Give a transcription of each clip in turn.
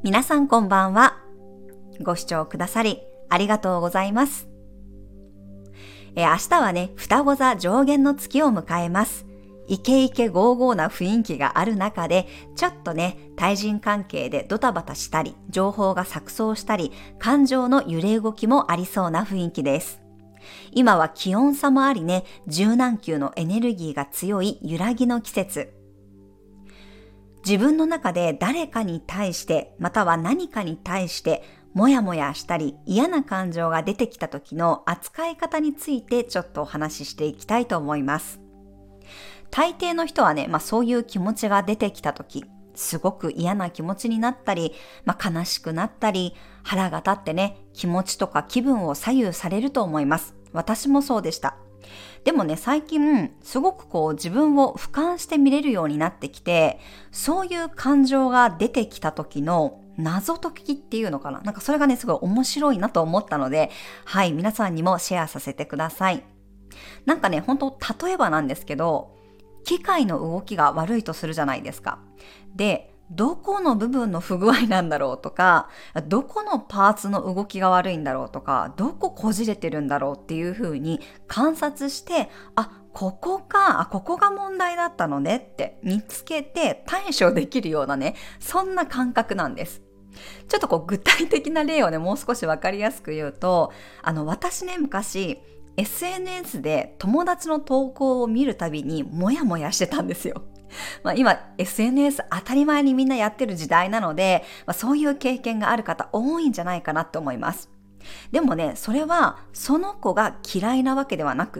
皆さんこんばんは。ご視聴くださりありがとうございます。明日はね、双子座上弦の月を迎えます。イケイケゴーゴーな雰囲気がある中で、ちょっとね、対人関係でドタバタしたり、情報が錯綜したり、感情の揺れ動きもありそうな雰囲気です。今は気温差もありね、柔軟球のエネルギーが強い揺らぎの季節。自分の中で誰かに対して、または何かに対して、もやもやしたり嫌な感情が出てきた時の扱い方についてちょっとお話ししていきたいと思います。大抵の人はね、そういう気持ちが出てきた時、すごく嫌な気持ちになったり、悲しくなったり、腹が立ってね、気持ちとか気分を左右されると思います。私もそうでした。でもね、最近、すごく自分を俯瞰して見れるようになってきて、そういう感情が出てきた時の謎解きっていうのかな。それがね、すごい面白いなと思ったので、はい、皆さんにもシェアさせてください。本当例えばなんですけど、機械の動きが悪いとするじゃないですか。で、どこの部分の不具合なんだろうとか、どこのパーツの動きが悪いんだろうとか、どここじれてるんだろうっていう風に観察して、ここが問題だったのねって見つけて対処できるようなね、そんな感覚なんです。ちょっと具体的な例をね、もう少しわかりやすく言うと、私ね、昔、SNS で友達の投稿を見るたびにモヤモヤしてたんですよ。今 SNS 当たり前にみんなやってる時代なので、そういう経験がある方多いんじゃないかなと思います。でもね、それはその子が嫌いなわけではなくって、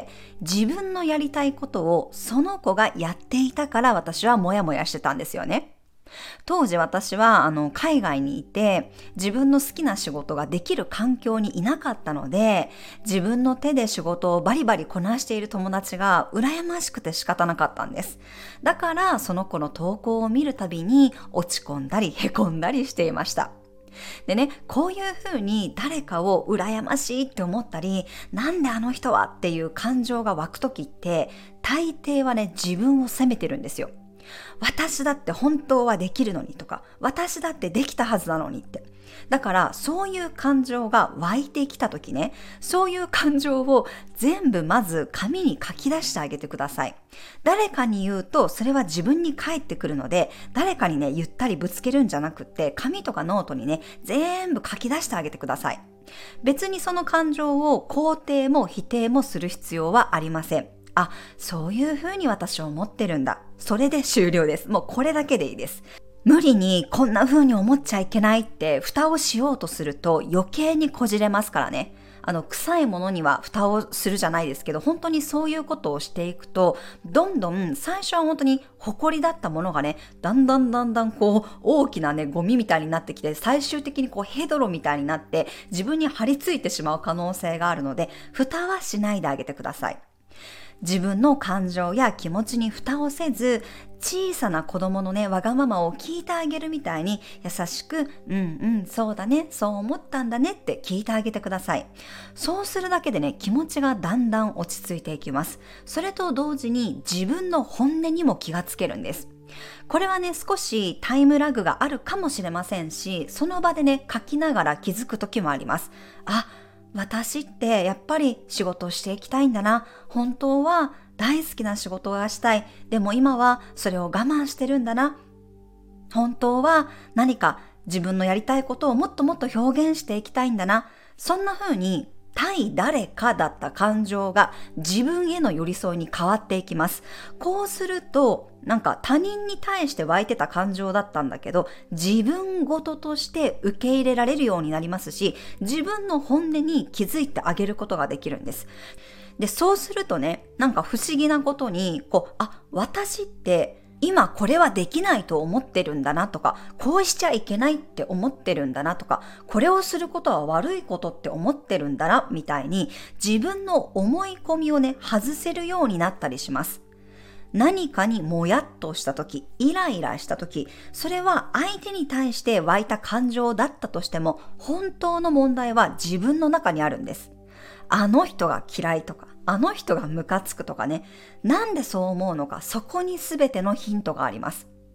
自分のやりたいことをその子がやっていたから私はモヤモヤしてたんですよね。当時私は海外にいて自分の好きな仕事ができる環境にいなかったので、自分の手で仕事をバリバリこなしている友達が羨ましくて仕方なかったんです。だからその子の投稿を見るたびに落ち込んだりへこんだりしていました。でね、こういうふうに誰かを羨ましいって思ったり、なんであの人はっていう感情が湧くときって、大抵はね、自分を責めてるんですよ。私だって本当はできるのにとか、私だってできたはずなのにって。だからそういう感情が湧いてきたときね、そういう感情を全部まず紙に書き出してあげてください。誰かに言うとそれは自分に返ってくるので、誰かにね言ったりぶつけるんじゃなくって、紙とかノートにね全部書き出してあげてください。別にその感情を肯定も否定もする必要はありません。そういうふうに私は思ってるんだ。それで終了です。もうこれだけでいいです。無理にこんな風に思っちゃいけないって蓋をしようとすると余計にこじれますからね。臭いものには蓋をするじゃないですけど、本当にそういうことをしていくと、どんどん最初は本当に埃だったものがね、だんだん大きなね、ゴミみたいになってきて、最終的にヘドロみたいになって自分に張り付いてしまう可能性があるので、蓋はしないであげてください。自分の感情や気持ちに蓋をせず、小さな子供のね、わがままを聞いてあげるみたいに優しく、そうだね、そう思ったんだねって聞いてあげてください。そうするだけでね、気持ちがだんだん落ち着いていきます。それと同時に自分の本音にも気がつけるんです。これはね、少しタイムラグがあるかもしれませんし、その場でね、書きながら気づく時もあります。私ってやっぱり仕事をしていきたいんだな。本当は大好きな仕事がしたい。でも今はそれを我慢してるんだな。本当は何か自分のやりたいことをもっともっと表現していきたいんだな。そんな風に対誰かだった感情が自分への寄り添いに変わっていきます。こうすると他人に対して湧いてた感情だったんだけど、自分ごととして受け入れられるようになりますし、自分の本音に気づいてあげることができるんです。で、そうするとね、不思議なことに私って今これはできないと思ってるんだなとか、こうしちゃいけないって思ってるんだなとか、これをすることは悪いことって思ってるんだなみたいに、自分の思い込みをね、外せるようになったりします。何かにもやっとしたとき、イライラしたとき、それは相手に対して湧いた感情だったとしても、本当の問題は自分の中にあるんです。あの人が嫌いとか、あの人がムカつくとかね、なんでそう思うのか、そこに全てのヒントがあります。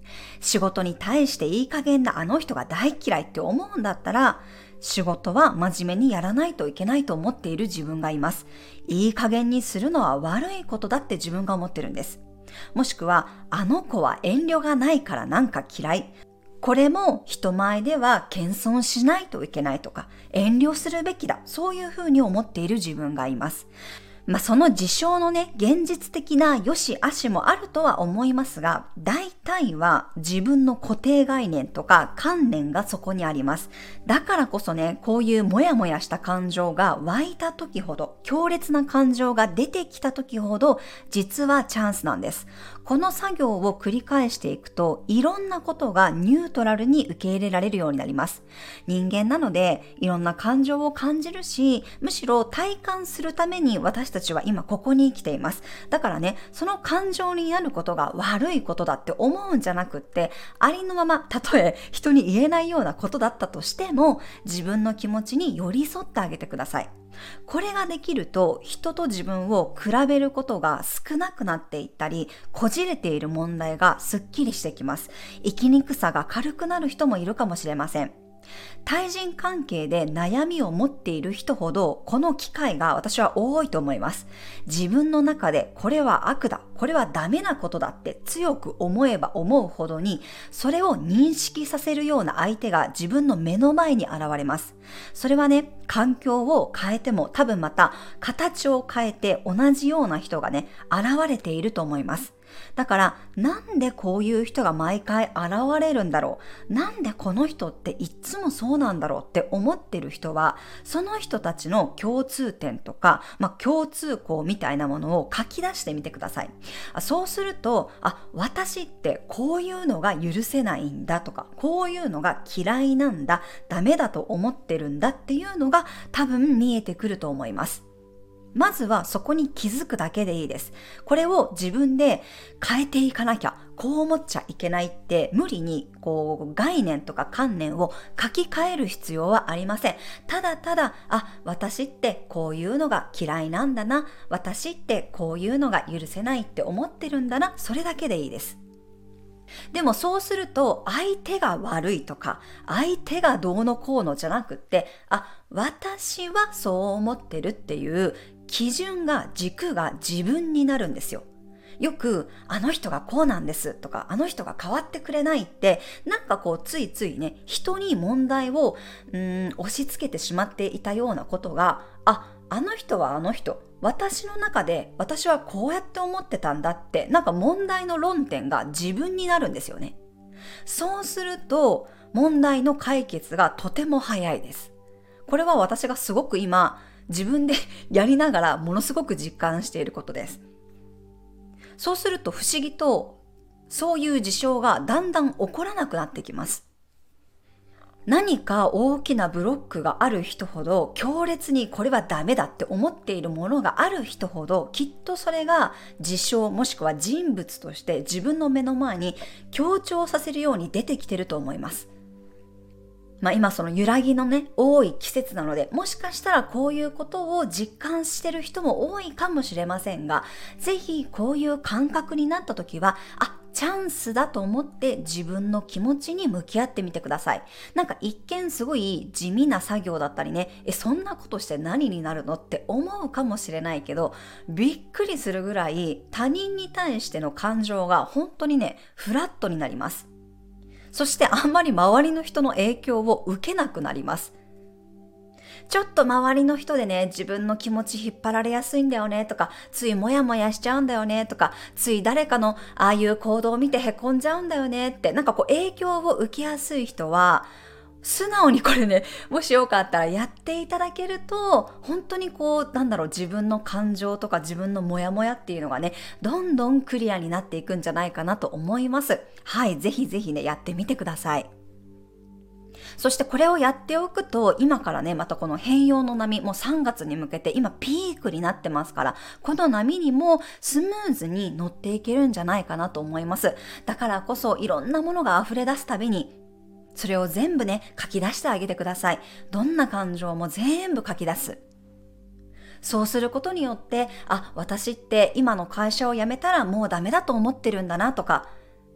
仕事に対していい加減なあの人が大嫌いって思うんだったら、仕事は真面目にやらないといけないと思っている自分がいます。いい加減にするのは悪いことだって自分が思ってるんです。もしくは、あの子は遠慮がないからなんか嫌い。これも人前では謙遜しないといけないとか、遠慮するべきだ。そういうふうに思っている自分がいます。その事象のね、現実的な良し悪しもあるとは思いますが、大体は自分の固定概念とか観念がそこにあります。だからこそね、こういうモヤモヤした感情が湧いた時ほど、強烈な感情が出てきた時ほど、実はチャンスなんです。この作業を繰り返していくと、いろんなことがニュートラルに受け入れられるようになります。人間なので、いろんな感情を感じるし、むしろ体感するために私たちは今ここに生きています。だからね、その感情になることが悪いことだって思うんじゃなくって、ありのまま、たとえ人に言えないようなことだったとしても、自分の気持ちに寄り添ってあげてください。これができると、人と自分を比べることが少なくなっていったり、こじれている問題がすっきりしてきます。生きにくさが軽くなる人もいるかもしれません。対人関係で悩みを持っている人ほど、この機会が私は多いと思います。自分の中でこれは悪だ、これはダメなことだって強く思えば思うほどに、それを認識させるような相手が自分の目の前に現れます。それはね、環境を変えても多分また形を変えて同じような人がね、現れていると思います。だから、なんでこういう人が毎回現れるんだろう、なんでこの人っていつもそうなんだろうって思ってる人は、その人たちの共通点とか、共通項みたいなものを書き出してみてください。そうすると、私ってこういうのが許せないんだとか、こういうのが嫌いなんだ、ダメだと思ってるんだっていうのが多分見えてくると思います。まずはそこに気づくだけでいいです。これを自分で変えていかなきゃ、こう思っちゃいけないって無理に概念とか観念を書き換える必要はありません。ただただ、私ってこういうのが嫌いなんだな、私ってこういうのが許せないって思ってるんだな、それだけでいいです。でもそうすると相手が悪いとか相手がどうのこうのじゃなくって、私はそう思ってるっていう基準が軸が自分になるんですよ。よくあの人がこうなんですとかあの人が変わってくれないってついついね人に問題を押し付けてしまっていたようなことがあの人はあの人、私の中で私はこうやって思ってたんだって問題の論点が自分になるんですよね。そうすると問題の解決がとても早いです。これは私がすごく今自分でやりながらものすごく実感していることです。そうすると不思議とそういう事象がだんだん起こらなくなってきます。何か大きなブロックがある人ほど強烈にこれはダメだって思っているものがある人ほどきっとそれが事象もしくは人物として自分の目の前に強調させるように出てきていると思います。今その揺らぎのね多い季節なのでもしかしたらこういうことを実感している人も多いかもしれませんが、ぜひこういう感覚になった時はチャンスだと思って自分の気持ちに向き合ってみてください。一見すごい地味な作業だったりね、そんなことして何になるのって思うかもしれないけど、びっくりするぐらい他人に対しての感情が本当にね、フラットになります。そしてあんまり周りの人の影響を受けなくなります。ちょっと周りの人でね、自分の気持ち引っ張られやすいんだよねとか、ついモヤモヤしちゃうんだよねとか、つい誰かのああいう行動を見てへこんじゃうんだよねって影響を受けやすい人は、素直にこれね、もしよかったらやっていただけると、本当に自分の感情とか自分のモヤモヤっていうのがね、どんどんクリアになっていくんじゃないかなと思います。はい、ぜひぜひね、やってみてください。そしてこれをやっておくと、今からね、またこの変容の波、もう3月に向けて今ピークになってますから、この波にもスムーズに乗っていけるんじゃないかなと思います。だからこそいろんなものが溢れ出すたびに、それを全部ね、書き出してあげてください。どんな感情も全部書き出す。そうすることによって、私って今の会社を辞めたらもうダメだと思ってるんだなとか、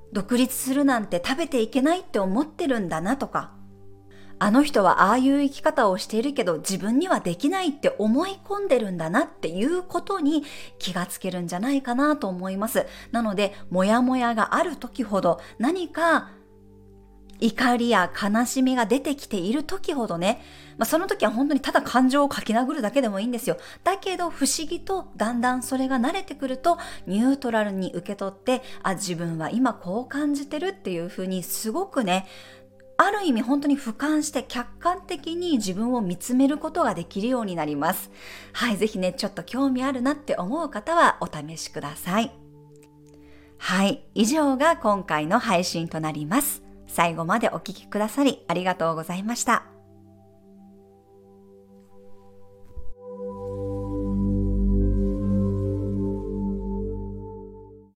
独立するなんて食べていけないって思ってるんだなとか、あの人はああいう生き方をしているけど自分にはできないって思い込んでるんだなっていうことに気がつけるんじゃないかなと思います。なので、もやもやがある時ほど、何か怒りや悲しみが出てきている時ほどね、その時は本当にただ感情を書き殴るだけでもいいんですよ。だけど不思議とだんだんそれが慣れてくるとニュートラルに受け取って、自分は今こう感じてるっていう風にすごくね、ある意味本当に俯瞰して客観的に自分を見つめることができるようになります。はい、ぜひね、ちょっと興味あるなって思う方はお試しください。はい、以上が今回の配信となります。最後までお聞きくださりありがとうございました。